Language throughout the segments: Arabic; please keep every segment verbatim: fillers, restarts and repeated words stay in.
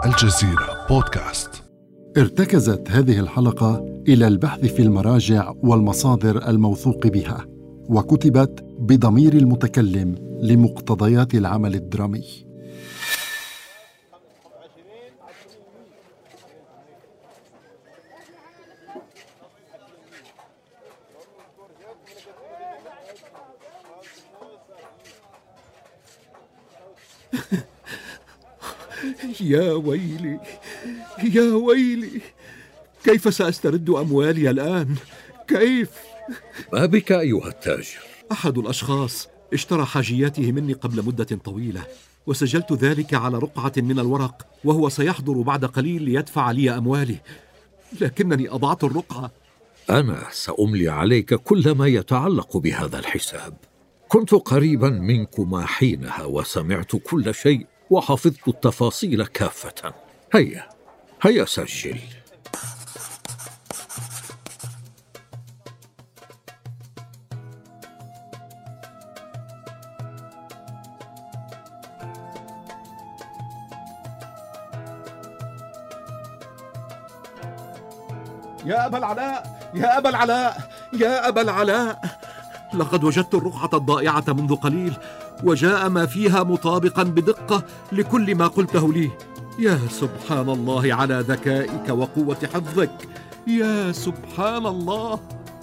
الجزيرة بودكاست. ارتكزت هذه الحلقة إلى البحث في المراجع والمصادر الموثوق بها، وكتبت بضمير المتكلم لمقتضيات العمل الدرامي. يا ويلي يا ويلي، كيف سأسترد أموالي الآن؟ كيف؟ ما بك أيها التاجر؟ أحد الأشخاص اشترى حاجياته مني قبل مدة طويلة، وسجلت ذلك على رقعة من الورق، وهو سيحضر بعد قليل ليدفع لي أموالي، لكنني أضعت الرقعة. أنا سأملي عليك كل ما يتعلق بهذا الحساب. كنت قريبا منكما حينها وسمعت كل شيء وحفظت التفاصيل كافة. هيا هيا سجل. يا أبا العلاء يا أبا العلاء يا أبا العلاء، لقد وجدت الرقعة الضائعة منذ قليل، وجاء ما فيها مطابقا بدقة لكل ما قلته لي. يا سبحان الله على ذكائك وقوة حفظك، يا سبحان الله.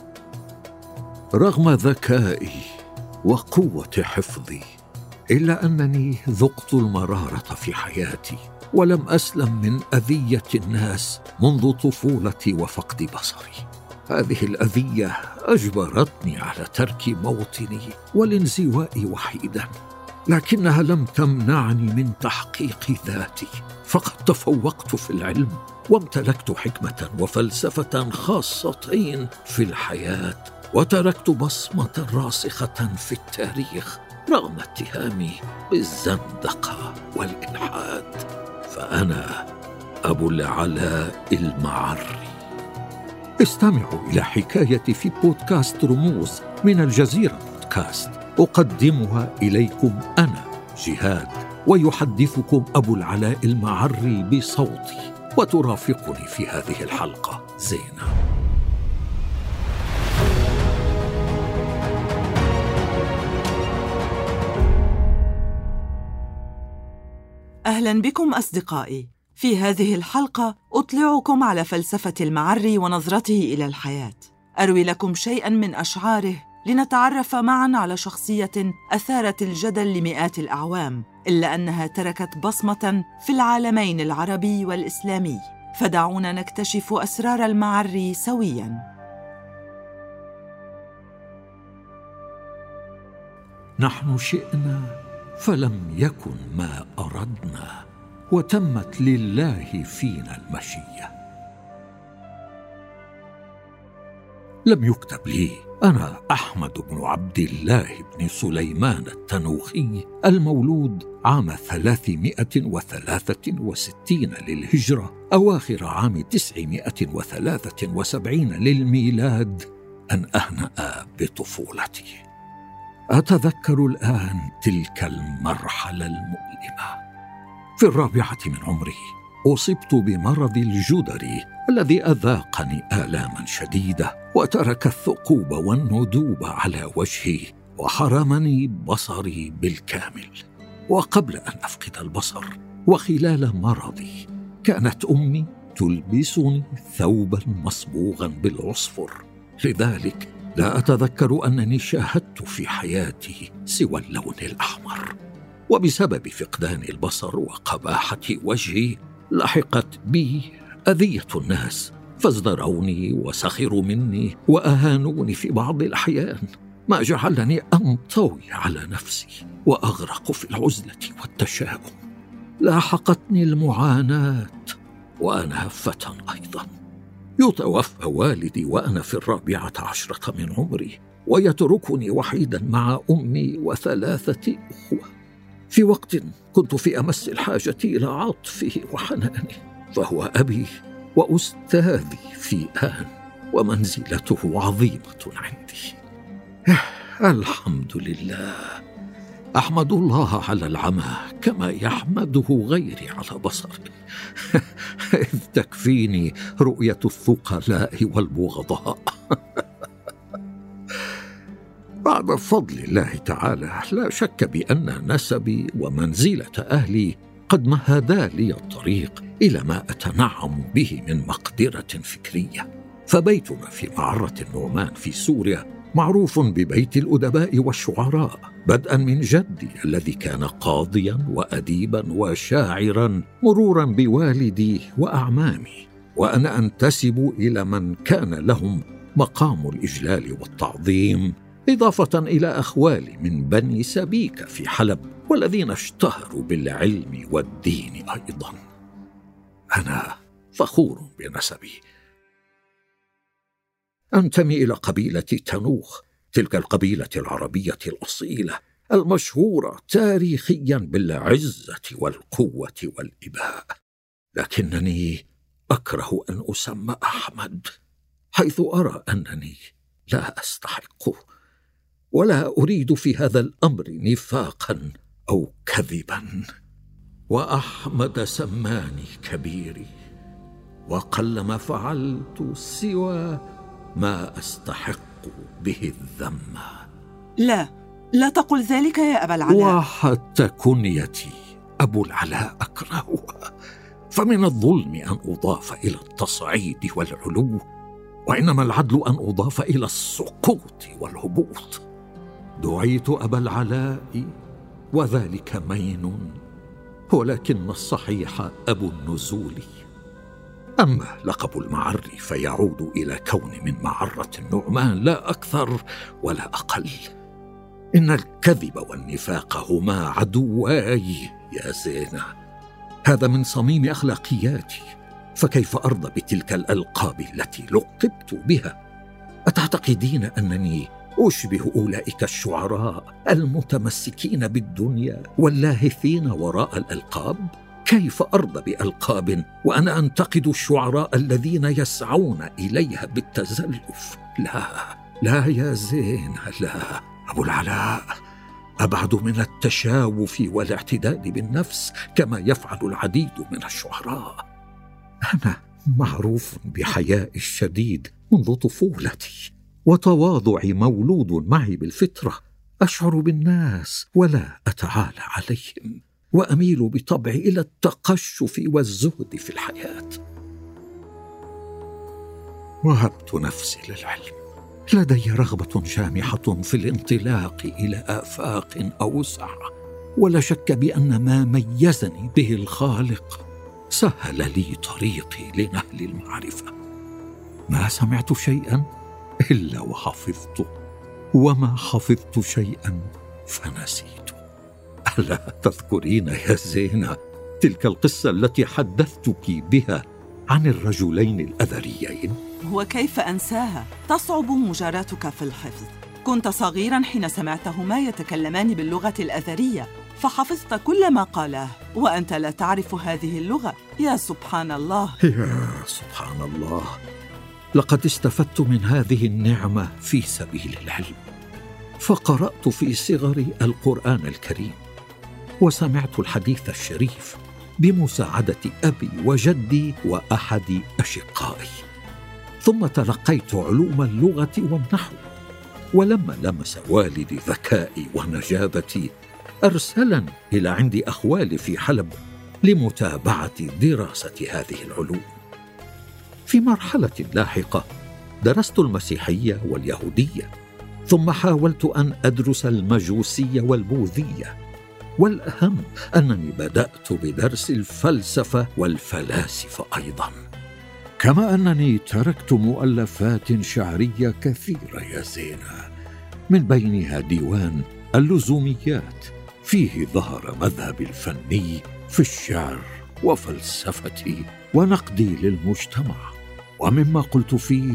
رغم ذكائي وقوة حفظي، إلا أنني ذقت المرارة في حياتي، ولم أسلم من أذية الناس منذ طفولتي وفقد بصري. هذه الأذية أجبرتني على ترك موطني والانزواء وحيدا، لكنها لم تمنعني من تحقيق ذاتي، فقد تفوقت في العلم وامتلكت حكمة وفلسفة خاصتين في الحياة، وتركت بصمة راسخة في التاريخ رغم اتهامي بالزندقة والإلحاد. فأنا أبو العلاء المعري. استمعوا إلى حكايتي في بودكاست رموز من الجزيرة بودكاست، أقدمها إليكم أنا جهاد، ويحدثكم أبو العلاء المعري بصوتي، وترافقني في هذه الحلقة زينة. أهلا بكم أصدقائي. في هذه الحلقة أطلعكم على فلسفة المعري ونظرته إلى الحياة. أروي لكم شيئاً من أشعاره لنتعرف معاً على شخصية أثارت الجدل لمئات الأعوام، إلا أنها تركت بصمة في العالمين العربي والإسلامي. فدعونا نكتشف أسرار المعري سوياً. نحن شئنا فلم يكن ما أردنا، وتمت لله فينا المشية. لم يكتب لي أنا أحمد بن عبد الله بن سليمان التنوخي، المولود عام ثلاثمائة وثلاثة وستين للهجرة أواخر عام تسعمائة وثلاثة وسبعين للميلاد، أن أهنأ بطفولتي. أتذكر الآن تلك المرحلة المؤلمة. في الرابعة من عمري أصبت بمرض الجدري الذي أذاقني آلاما شديدة، وترك الثقوب والندوب على وجهي، وحرمني بصري بالكامل. وقبل أن أفقد البصر وخلال مرضي، كانت أمي تلبسني ثوبا مصبوغا بالعصفر، لذلك لا أتذكر أنني شاهدت في حياتي سوى اللون الأحمر. وبسبب فقدان البصر وقباحة وجهي، لحقت بي أذية الناس، فازدروني وسخروا مني وأهانوني في بعض الأحيان، ما جعلني أنطوي على نفسي وأغرق في العزلة والتشاؤم. لاحقتني المعاناة وأنا فتى أيضا. يتوفى والدي وأنا في الرابعة عشرة من عمري، ويتركني وحيدا مع أمي وثلاثة أخوة، في وقت كنت في أمس الحاجة إلى عطفه وحنانه، فهو أبي وأستاذي في آن، ومنزلته عظيمة عندي. الحمد لله أحمد الله على العمى كما يحمده غيري على بصري. إذ تكفيني رؤية الثقلاء والبغضاء. بعد فضل الله تعالى لا شك بأن نسبي ومنزلة أهلي قد مهدا لي الطريق إلى ما أتنعم به من مقدرة فكرية. فبيتنا في معرة النعمان في سوريا معروف ببيت الأدباء والشعراء، بدءا من جدي الذي كان قاضيا وأديبا وشاعرا، مرورا بوالدي وأعمامي، وأنا أنتسب إلى من كان لهم مقام الإجلال والتعظيم، إضافة إلى أخوالي من بني سبيك في حلب والذين اشتهروا بالعلم والدين أيضا. أنا فخور بنسبي. أنتمي إلى قبيلة تنوخ، تلك القبيلة العربية الأصيلة المشهورة تاريخيا بالعزة والقوة والإباء، لكنني أكره أن أسمى أحمد، حيث أرى أنني لا أستحقه، ولا أريد في هذا الأمر نفاقا أو كذبا. وأحمد سماني كبيري، وقلما فعلت سوى ما أستحق به الذم. لا، لا تقل ذلك يا أبا العلاء. وحتى كنيتي أبو العلاء أكرهها، فمن الظلم أن أضاف إلى التصعيد والعلو، وإنما العدل أن أضاف إلى السقوط والهبوط. دعيت أبا العلاء وذلك مين، ولكن الصحيح أبو النزول. أما لقب المعري فيعود إلى كون من معرة النعمان لا أكثر ولا أقل. إن الكذب والنفاق هما عدواي يا زينة، هذا من صميم أخلاقياتي، فكيف أرضى بتلك الألقاب التي لقبت بها؟ أتعتقدين أنني أشبه أولئك الشعراء المتمسكين بالدنيا واللاهثين وراء الألقاب؟ كيف أرضى بألقاب وأنا أنتقد الشعراء الذين يسعون إليها بالتزلف؟ لا لا يا زينة، لا. أبو العلاء أبعد من التشاوف والاعتداد بالنفس كما يفعل العديد من الشعراء. أنا معروف بحياء الشديد منذ طفولتي، وتواضع مولود معي بالفطرة. أشعر بالناس ولا أتعالى عليهم، وأميل بطبعي إلى التقشف والزهد في الحياة. وهبت نفسي للعلم، لدي رغبة جامحة في الانطلاق إلى آفاق أوسع، ولا شك بأن ما ميزني به الخالق سهل لي طريقي لنهل المعرفة. ما سمعت شيئا إلا وحفظته، وما حفظت شيئا فنسيته. ألا تذكرين يا زينة تلك القصة التي حدثتك بها عن الرجلين الأذريين؟ وكيف أنساها؟ تصعب مجاراتك في الحفظ. كنت صغيراً حين سمعتهما يتكلمان باللغة الأذرية، فحفظت كل ما قالاه، وأنت لا تعرف هذه اللغة. يا سبحان الله، يا سبحان الله. لقد استفدت من هذه النعمة في سبيل العلم، فقرأت في صغري القرآن الكريم، وسمعت الحديث الشريف بمساعدة أبي وجدي وأحد أشقائي، ثم تلقيت علوم اللغة والنحو. ولما لمس والدي ذكائي ونجابتي أرسلني إلى عند أخوالي في حلب لمتابعة دراسة هذه العلوم. في مرحلة لاحقة درست المسيحية واليهودية، ثم حاولت أن أدرس المجوسية والبوذية، والأهم أنني بدأت بدرس الفلسفة والفلاسفة أيضاً، كما أنني تركت مؤلفات شعرية كثيرة يا زينة، من بينها ديوان اللزوميات، فيه ظهر مذهبي الفني في الشعر وفلسفتي ونقدي للمجتمع. ومما قلت فيه: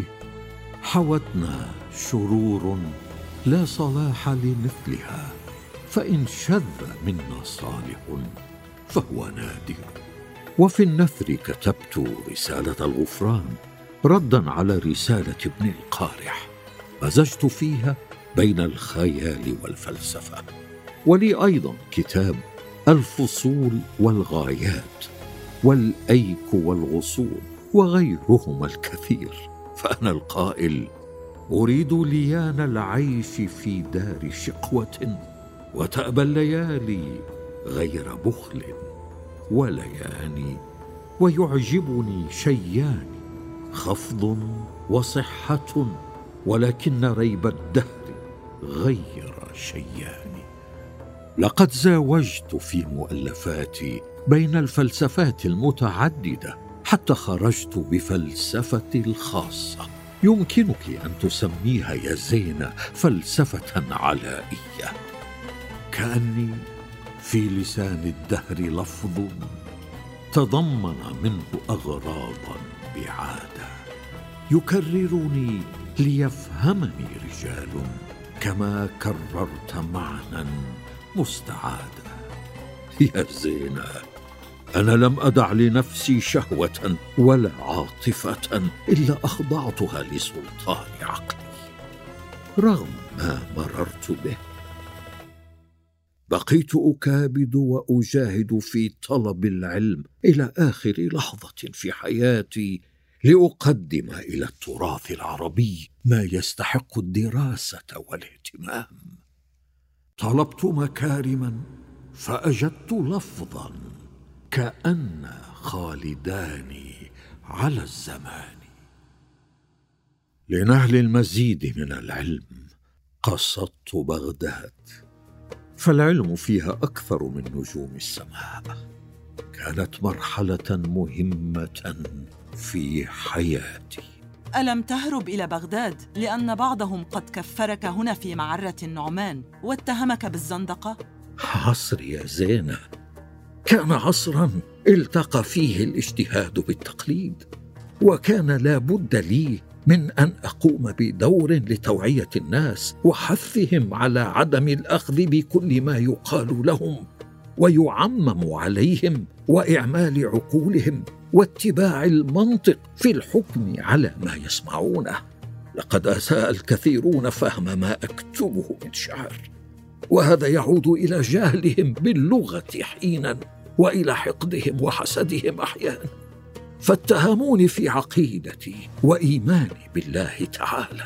حوتنا شرور لا صلاح لمثلها، فإن شذ منا صالح فهو نادر. وفي النثر كتبت رسالة الغفران ردا على رسالة ابن القارح، مزجت فيها بين الخيال والفلسفة، ولي أيضا كتاب الفصول والغايات والأيك والغصون وغيرهما الكثير. فأنا القائل أريد ليان العيش في دار شقوة، وتأبى الليالي غير بخل ولياني، ويعجبني شيان خفض وصحة، ولكن ريب الدهر غير شيان. لقد زاوجت في مؤلفاتي بين الفلسفات المتعددة حتى خرجت بفلسفتي الخاصة، يمكنك أن تسميها يا زينة فلسفة علائية. كأني في لسان الدهر لفظ تضمن منه أغراضا بعادة، يكررني ليفهمني رجال كما كررت معنى مستعادا. يا زينة، أنا لم أدع لنفسي شهوة ولا عاطفة إلا أخضعتها لسلطان عقلي رغم ما مررت به. بقيت أكابد وأجاهد في طلب العلم إلى آخر لحظة في حياتي لأقدم إلى التراث العربي ما يستحق الدراسة والاهتمام. طلبت مكارما فأجدت لفظا كأن خالدان على الزمان. لنهل المزيد من العلم قصدت بغداد، فالعلم فيها أكثر من نجوم السماء. كانت مرحلة مهمة في حياتي. ألم تهرب إلى بغداد لأن بعضهم قد كفرك هنا في معرة النعمان واتهمك بالزندقة؟ عصر يا زينة كان عصراً التقى فيه الاجتهاد بالتقليد، وكان لا بد لي من أن أقوم بدور لتوعية الناس وحثهم على عدم الأخذ بكل ما يقال لهم ويعمم عليهم، وإعمال عقولهم واتباع المنطق في الحكم على ما يسمعونه. لقد أساء الكثيرون فهم ما أكتبه من شعر، وهذا يعود إلى جهلهم باللغة حيناً وإلى حقدهم وحسدهم أحياناً، فاتهموني في عقيدتي وإيماني بالله تعالى.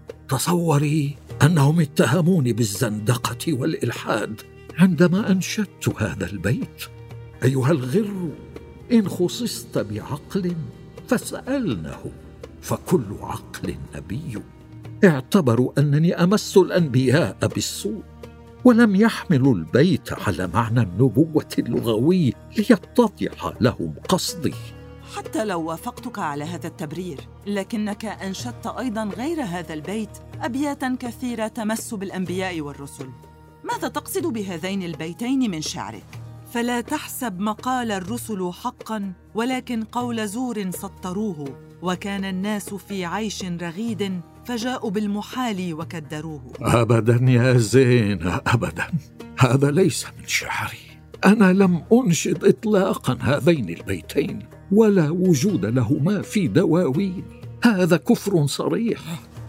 تصوري أنهم اتهموني بالزندقة والإلحاد عندما أنشدت هذا البيت: أيها الغر إن خصصت بعقل فاسألنه فكل عقل نبي. اعتبروا أنني أمس الأنبياء بالسوء، ولم يحملوا البيت على معنى النبوة اللغوي ليتضح لهم قصدي. حتى لو وافقتك على هذا التبرير، لكنك أنشدت أيضاً غير هذا البيت أبياتاً كثيرة تمس بالأنبياء والرسل. ماذا تقصد بهذين البيتين من شعرك؟ فلا تحسب مقال الرسل حقاً، ولكن قول زور سطروه، وكان الناس في عيش رغيد فجاءوا بالمحال وكدروه. أبداً يا زينة أبداً، هذا ليس من شعري. أنا لم أنشد إطلاقاً هذين البيتين، ولا وجود لهما في دواوين. هذا كفر صريح.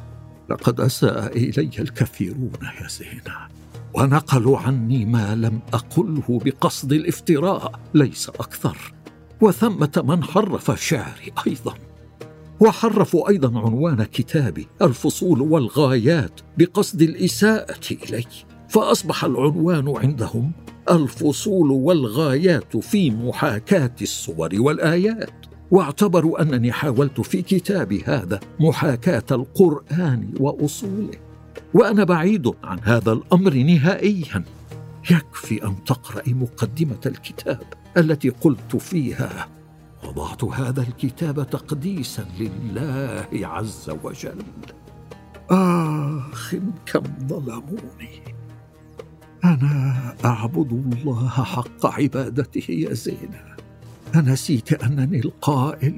لقد أساء إلي الكثيرون يا زينة، ونقلوا عني ما لم أقله بقصد الافتراء، ليس أكثر. وثمة من حرف شعري أيضا، وحرفوا أيضا عنوان كتابي الفصول والغايات بقصد الإساءة إلي، فأصبح العنوان عندهم الفصول والغايات في محاكاة الصور والآيات، واعتبروا أنني حاولت في كتابي هذا محاكاة القرآن وأصوله، وأنا بعيد عن هذا الأمر نهائيا. يكفي أن تقرأي مقدمة الكتاب التي قلت فيها: وضعت هذا الكتاب تقديسا لله عز وجل. آخ كم ظلموني. أنا أعبد الله حق عبادته يا زينة. أنسيت أنني القائل: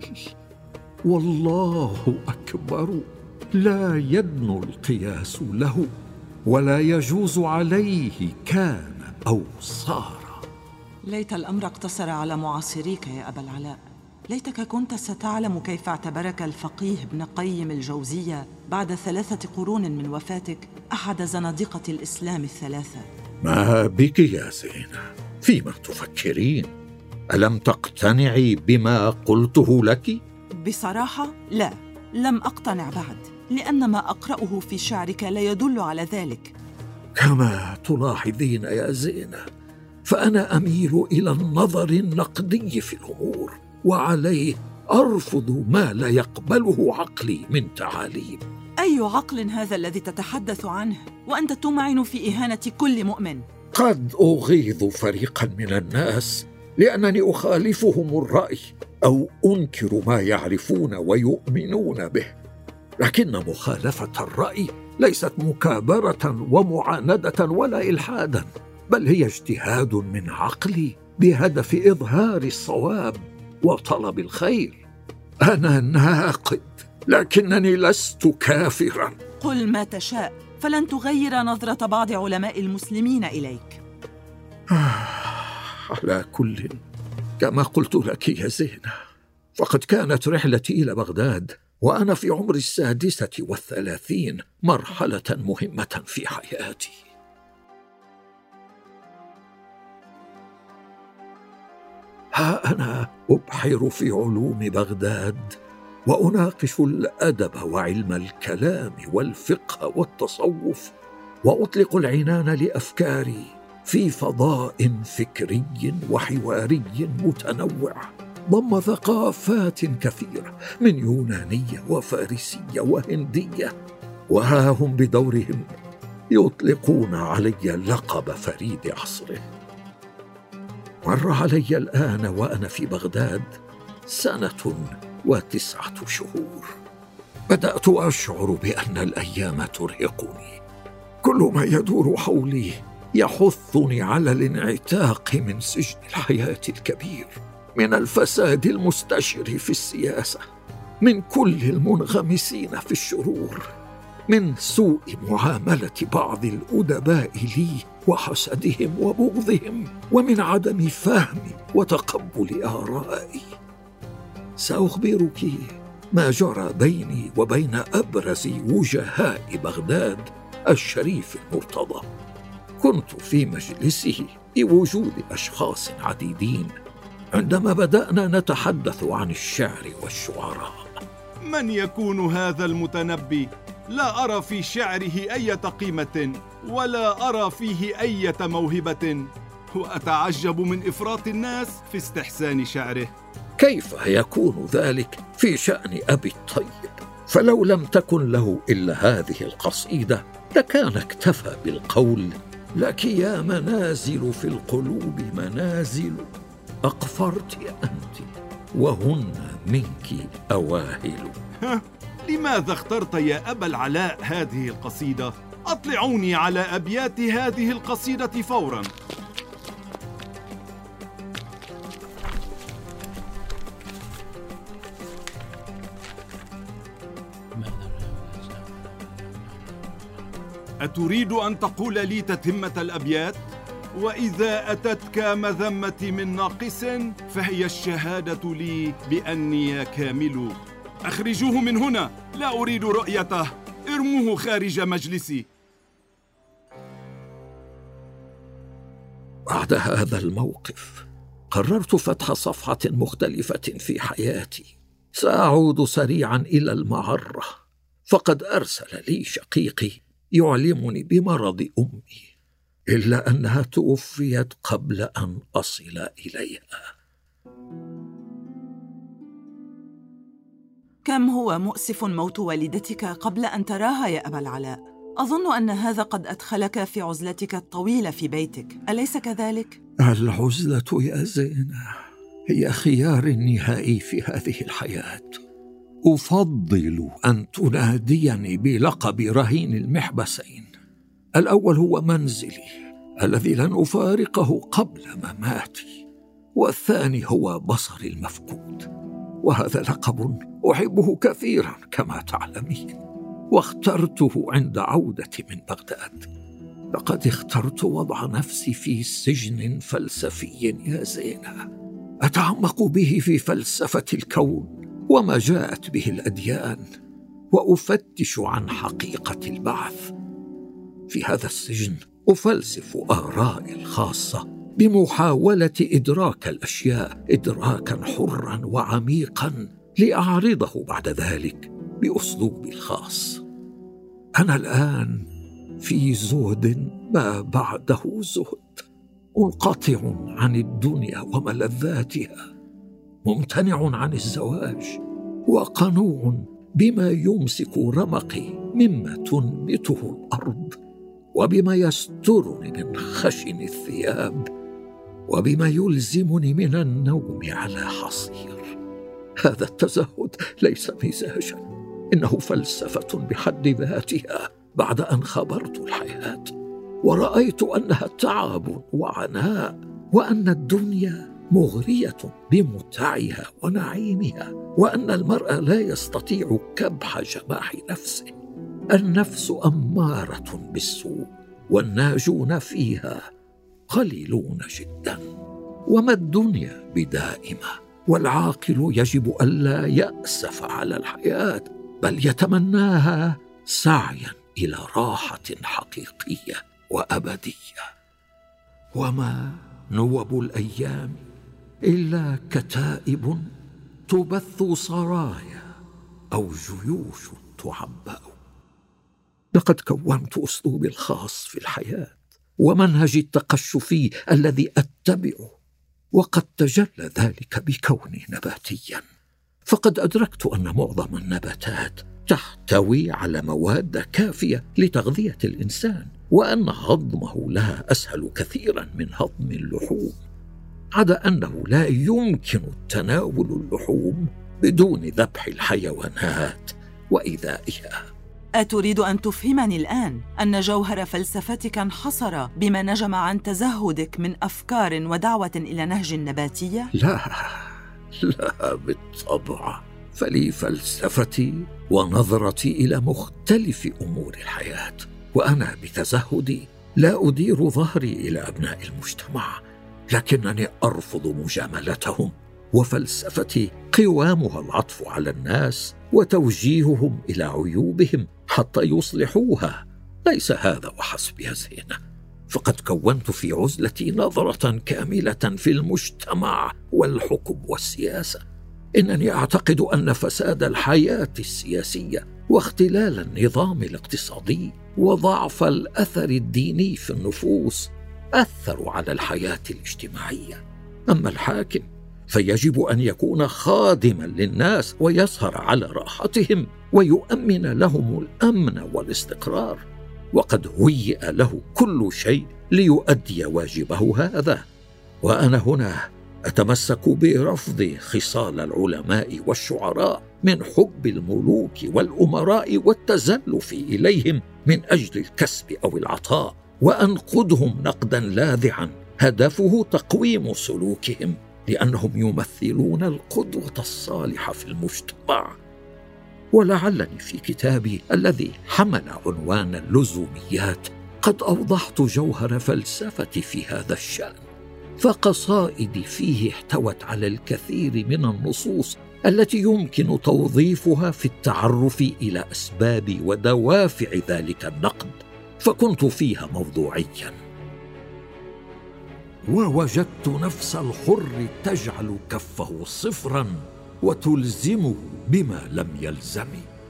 والله أكبر، لا يدنو القياس له، ولا يجوز عليه كان أو صار. ليت الأمر اقتصر على معاصريك يا أبا العلاء. ليتك كنت ستعلم كيف اعتبرك الفقيه ابن قيم الجوزية بعد ثلاثة قرون من وفاتك أحد زنادقة الإسلام الثلاثة. ما بك يا زينة؟ فيما تفكرين؟ ألم تقتنعي بما قلته لك؟ بصراحة لا، لم أقتنع بعد، لأن ما أقرأه في شعرك لا يدل على ذلك. كما تلاحظين يا زينة، فأنا أميل إلى النظر النقدي في الأمور، وعليه أرفض ما لا يقبله عقلي من تعاليم. أي عقل هذا الذي تتحدث عنه وأنت تمعن في إهانة كل مؤمن؟ قد أغيظ فريقا من الناس لأنني أخالفهم الرأي أو أنكر ما يعرفون ويؤمنون به، لكن مخالفة الرأي ليست مكابرة ومعاندة ولا إلحادا، بل هي اجتهاد من عقلي بهدف إظهار الصواب وطلب الخير. أنا ناقد، لكنني لست كافرا. قل ما تشاء، فلن تغير نظرة بعض علماء المسلمين إليك. على كل، كما قلت لك يا زينة، فقد كانت رحلتي إلى بغداد وأنا في عمر السادسة والثلاثين مرحلة مهمة في حياتي. ها أنا أبحر في علوم بغداد وأناقش الأدب وعلم الكلام والفقه والتصوف، وأطلق العنان لأفكاري في فضاء فكري وحواري متنوع ضم ثقافات كثيرة من يونانية وفارسية وهندية، وها هم بدورهم يطلقون علي لقب فريد عصره. مر علي الآن وأنا في بغداد سنة وتسعة شهور. بدأت أشعر بأن الأيام ترهقني، كل ما يدور حولي يحثني على الانعتاق من سجن الحياة الكبير، من الفساد المستشر في السياسة، من كل المنغمسين في الشرور، من سوء معاملة بعض الأدباء لي وحسدهم وبغضهم، ومن عدم فهم وتقبل آرائي. سأخبرك ما جرى بيني وبين أبرز وجهاء بغداد الشريف المرتضى. كنت في مجلسه بوجود أشخاص عديدين عندما بدأنا نتحدث عن الشعر والشعراء. من يكون هذا المتنبي؟ لا أرى في شعره أي قيمة ولا أرى فيه أي موهبة، وأتعجب من إفراط الناس في استحسان شعره. كيف يكون ذلك في شأن أبي الطيب؟ فلو لم تكن له إلا هذه القصيدة لكان اكتفى بالقول: لك يا منازل في القلوب منازل أقفرت أنت وهن منك أواهل. لماذا اخترت يا أبا العلاء هذه القصيدة؟ أطلعوني على أبيات هذه القصيدة فوراً. أتريد أن تقول لي تتمة الأبيات؟ وإذا أتتك مذمتي من ناقص فهي الشهادة لي بأني كامل. أخرجوه من هنا، لا أريد رؤيته، ارموه خارج مجلسي. بعد هذا الموقف قررت فتح صفحة مختلفة في حياتي. سأعود سريعا إلى المعرة، فقد أرسل لي شقيقي يعلمني بمرض أمي، إلا أنها توفيت قبل أن أصل إليها. كم هو مؤسف موت والدتك قبل أن تراها يا أبا العلاء. أظن أن هذا قد أدخلك في عزلتك الطويلة في بيتك، أليس كذلك؟ العزلة يا زينة هي خياري النهائي في هذه الحياة. أفضل أن تناديني بلقب رهين المحبسين. الأول هو منزلي الذي لن أفارقه قبل مماتي، والثاني هو بصري المفقود، وهذا لقب أحبه كثيرا كما تعلمين، واخترته عند عودتي من بغداد. لقد اخترت وضع نفسي في سجن فلسفي يا زينة، أتعمق به في فلسفة الكون وما جاءت به الأديان، وأفتش عن حقيقة البعث. في هذا السجن أفلسف آرائي الخاصة بمحاولة إدراك الأشياء إدراكا حرا وعميقا لأعرضه بعد ذلك بأسلوبي الخاص. أنا الآن في زهد ما بعده زهد، منقطع عن الدنيا وملذاتها، ممتنع عن الزواج، وقنوع بما يمسك رمقي مما تنبته الأرض، وبما يسترني من خشن الثياب، وبما يلزمني من النوم على حصير. هذا التزهد ليس مزاجا، إنه فلسفة بحد ذاتها. بعد أن خبرت الحياة ورأيت أنها تعب وعناء، وأن الدنيا مغرية بمتعها ونعيمها، وأن المرء لا يستطيع كبح جماح نفسه. النفس أمارة بالسوء، والناجون فيها قليلون جدا. وما الدنيا بدائمة، والعاقل يجب ألا يأسف على الحياة، بل يتمناها سعيا إلى راحة حقيقية وأبدية. وما نوب الأيام إلا كتائب تبث سرايا أو جيوش تعبأ. لقد كونت أسلوبي الخاص في الحياة ومنهجي التقشفي الذي أتبعه، وقد تجلى ذلك بكوني نباتيا. فقد أدركت أن معظم النباتات تحتوي على مواد كافية لتغذية الإنسان، وأن هضمه لها أسهل كثيرا من هضم اللحوم، عدا أنه لا يمكن تناول اللحوم بدون ذبح الحيوانات وإيذائها. أتريد أن تفهمني الآن أن جوهر فلسفتك انحصر بما نجم عن تزهدك من أفكار ودعوة إلى نهج النباتية؟ لا لا بالطبع، فلي فلسفتي ونظرتي إلى مختلف أمور الحياة، وأنا بتزهدي لا أدير ظهري إلى أبناء المجتمع، لكنني أرفض مجاملتهم. وفلسفتي قوامها العطف على الناس وتوجيههم إلى عيوبهم حتى يصلحوها. ليس هذا وحسب يا زينة، فقد كونت في عزلتي نظرة كاملة في المجتمع والحكم والسياسة. إنني أعتقد أن فساد الحياة السياسية واختلال النظام الاقتصادي وضعف الأثر الديني في النفوس أثروا على الحياة الاجتماعية. أما الحاكم فيجب أن يكون خادما للناس ويسهر على راحتهم ويؤمن لهم الأمن والاستقرار، وقد هيئ له كل شيء ليؤدي واجبه هذا. وأنا هنا أتمسك برفض خصال العلماء والشعراء من حب الملوك والأمراء والتزلف إليهم من أجل الكسب أو العطاء، وأنقدهم نقدا لاذعا هدفه تقويم سلوكهم، لأنهم يمثلون القدوة الصالحة في المجتمع. ولعلني في كتابي الذي حمل عنوان اللزوميات قد أوضحت جوهر فلسفتي في هذا الشأن، فقصائدي فيه احتوت على الكثير من النصوص التي يمكن توظيفها في التعرف إلى أسباب ودوافع ذلك النقد، فكنت فيها موضوعيا. ووجدت نفس الحر تجعل كفه صفرا وتلزمه بما لم يلزم،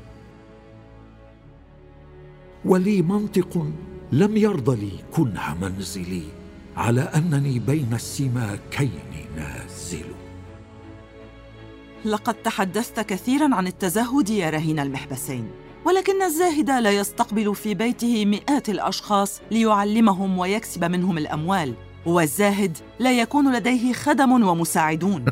ولي منطق لم يرض لي كنه منزلي على أنني بين السماكين نازل. لقد تحدثت كثيراً عن التزهد يا رهين المحبسين، ولكن الزاهد لا يستقبل في بيته مئات الأشخاص ليعلمهم ويكسب منهم الأموال، والزاهد لا يكون لديه خدم ومساعدون.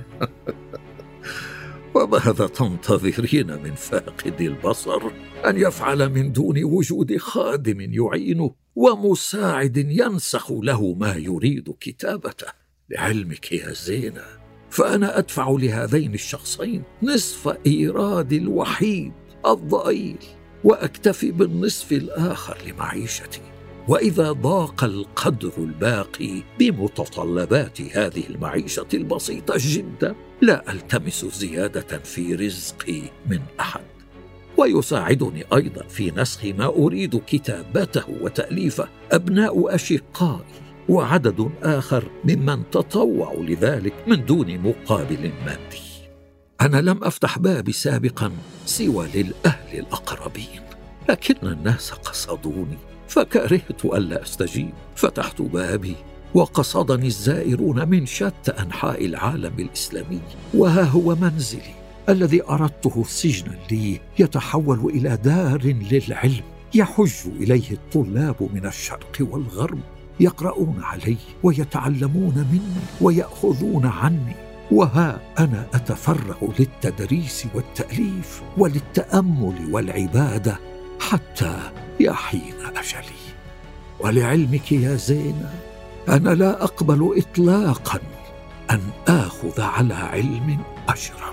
وماذا تنتظرين من فاقد البصر أن يفعل من دون وجود خادم يعينه ومساعد ينسخ له ما يريد كتابته؟ لعلمك يا زينة، فأنا أدفع لهذين الشخصين نصف إيراد الوحيد الضئيل، وأكتفي بالنصف الآخر لمعيشتي. وإذا ضاق القدر الباقي بمتطلبات هذه المعيشة البسيطة جدا لا ألتمس زيادة في رزقي من أحد. ويساعدني أيضا في نسخ ما أريد كتابته وتأليفه أبناء أشقائي وعدد آخر ممن تطوعوا لذلك من دون مقابل مادي. أنا لم أفتح بابي سابقا سوى للأهل الأقربين، لكن الناس قصدوني فكرهت ألا أستجيب. فتحت بابي وقصدني الزائرون من شتى أنحاء العالم الإسلامي، وها هو منزلي الذي أردته سجنا لي يتحول إلى دار للعلم يحج إليه الطلاب من الشرق والغرب، يقرؤون علي ويتعلمون مني ويأخذون عني. وها أنا أتفرغ للتدريس والتأليف وللتأمل والعبادة حتى يحين أجلي. ولعلمك يا زينة، أنا لا أقبل إطلاقا أن آخذ على علم أجرا.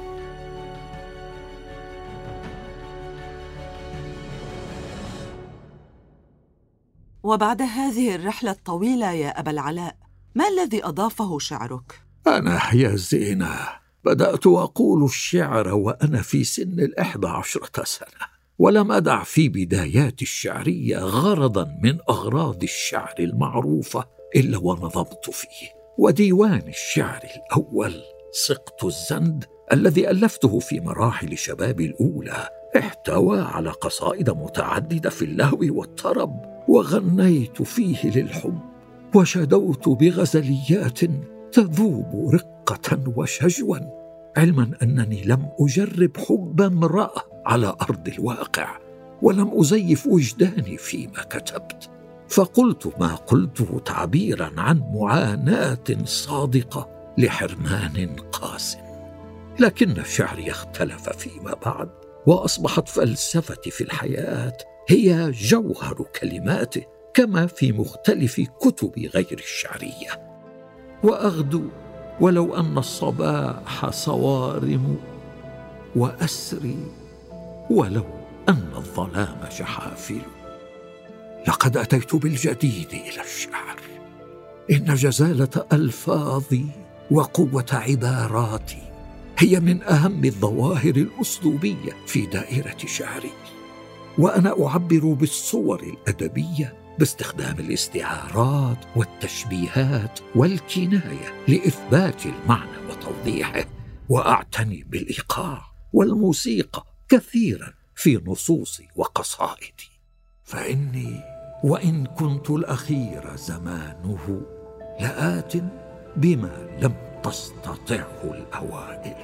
وبعد هذه الرحلة الطويلة يا أبا العلاء، ما الذي أضافه شعرك؟ أنا يا زينة بدأت أقول الشعر وأنا في سن الإحدى عشرة سنة، ولم أدع في بدايات الشعرية غرضا من أغراض الشعر المعروفة إلا ونظمت فيه. وديوان الشعر الأول سقط الزند الذي ألفته في مراحل شبابي الأولى احتوى على قصائد متعددة في اللهو والطرب، وغنيت فيه للحب وشدوت بغزليات تذوب رقة وشجوا، علما أنني لم أجرب حب امرأة على أرض الواقع، ولم أزيف وجداني فيما كتبت، فقلت ما قلته تعبيرا عن معاناة صادقة لحرمان قاس. لكن شعري اختلف فيما بعد، وأصبحت فلسفتي في الحياة هي جوهر كلماته، كما في مختلف كتب غير الشعرية. وأغدو ولو أن الصباح صوارم، وأسري ولو أن الظلام جحافل. لقد أتيت بالجديد إلى الشعر، إن جزالة ألفاظي وقوة عباراتي هي من أهم الظواهر الأسلوبية في دائرة شعري، وأنا أعبر بالصور الأدبية باستخدام الاستعارات والتشبيهات والكناية لإثبات المعنى وتوضيحه، وأعتني بالإيقاع والموسيقى كثيرا في نصوصي وقصائدي. فإني وإن كنت الأخير زمانه لآت بما لم تستطعه الأوائل.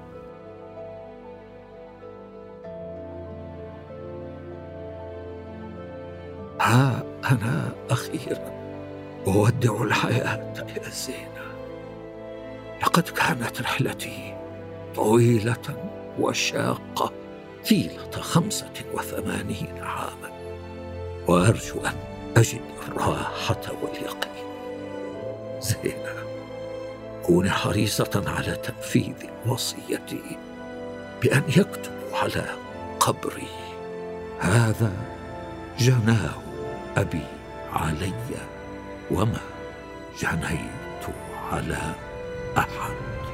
ها أنا أخيرا أودع الحياة يا زينة. لقد كانت رحلتي طويلة وشاقة طيلة خمسة وثمانين عاما، وأرجو أن أجد الراحة واليقين. زينة، كوني حريصة على تنفيذ وصيتي بأن يكتبوا على قبري: هذا جناه أبي علي وما جنيت على أحد.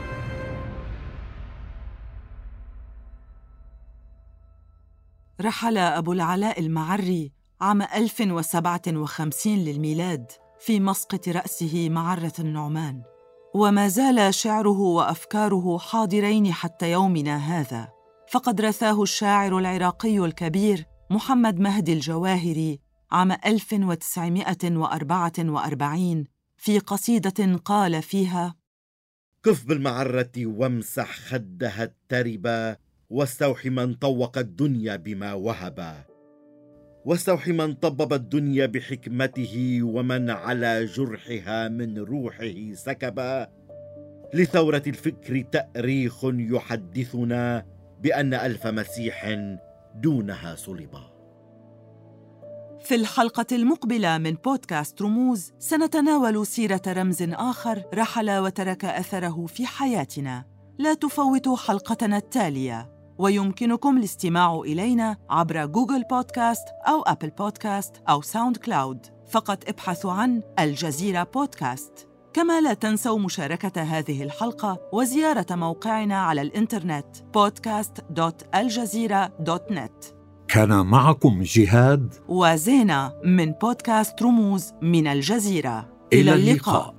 رحل أبو العلاء المعري عام ألف وسبعة وخمسين للميلاد في مسقط رأسه معرة النعمان، وما زال شعره وأفكاره حاضرين حتى يومنا هذا. فقد رثاه الشاعر العراقي الكبير محمد مهدي الجواهري عام ألف وتسعمائة وأربعة وأربعين في قصيدة قال فيها: قف بالمعرة وامسح خدها التربة، واستوحي من طوق الدنيا بما وهبا، واستوحي من طبب الدنيا بحكمته، ومن على جرحها من روحه سكبا. لثورة الفكر تأريخ يحدثنا بأن ألف مسيح دونها صلبا. في الحلقة المقبلة من بودكاست رموز سنتناول سيرة رمز آخر رحل وترك أثره في حياتنا. لا تفوتوا حلقتنا التالية، ويمكنكم الاستماع إلينا عبر جوجل بودكاست أو أبل بودكاست أو ساوند كلاود. فقط ابحثوا عن الجزيرة بودكاست. كما لا تنسوا مشاركة هذه الحلقة وزيارة موقعنا على الإنترنت بودكاست دوت الجزيرة دوت نت. كان معكم جهاد وزينة من بودكاست رموز من الجزيرة. إلى اللقاء.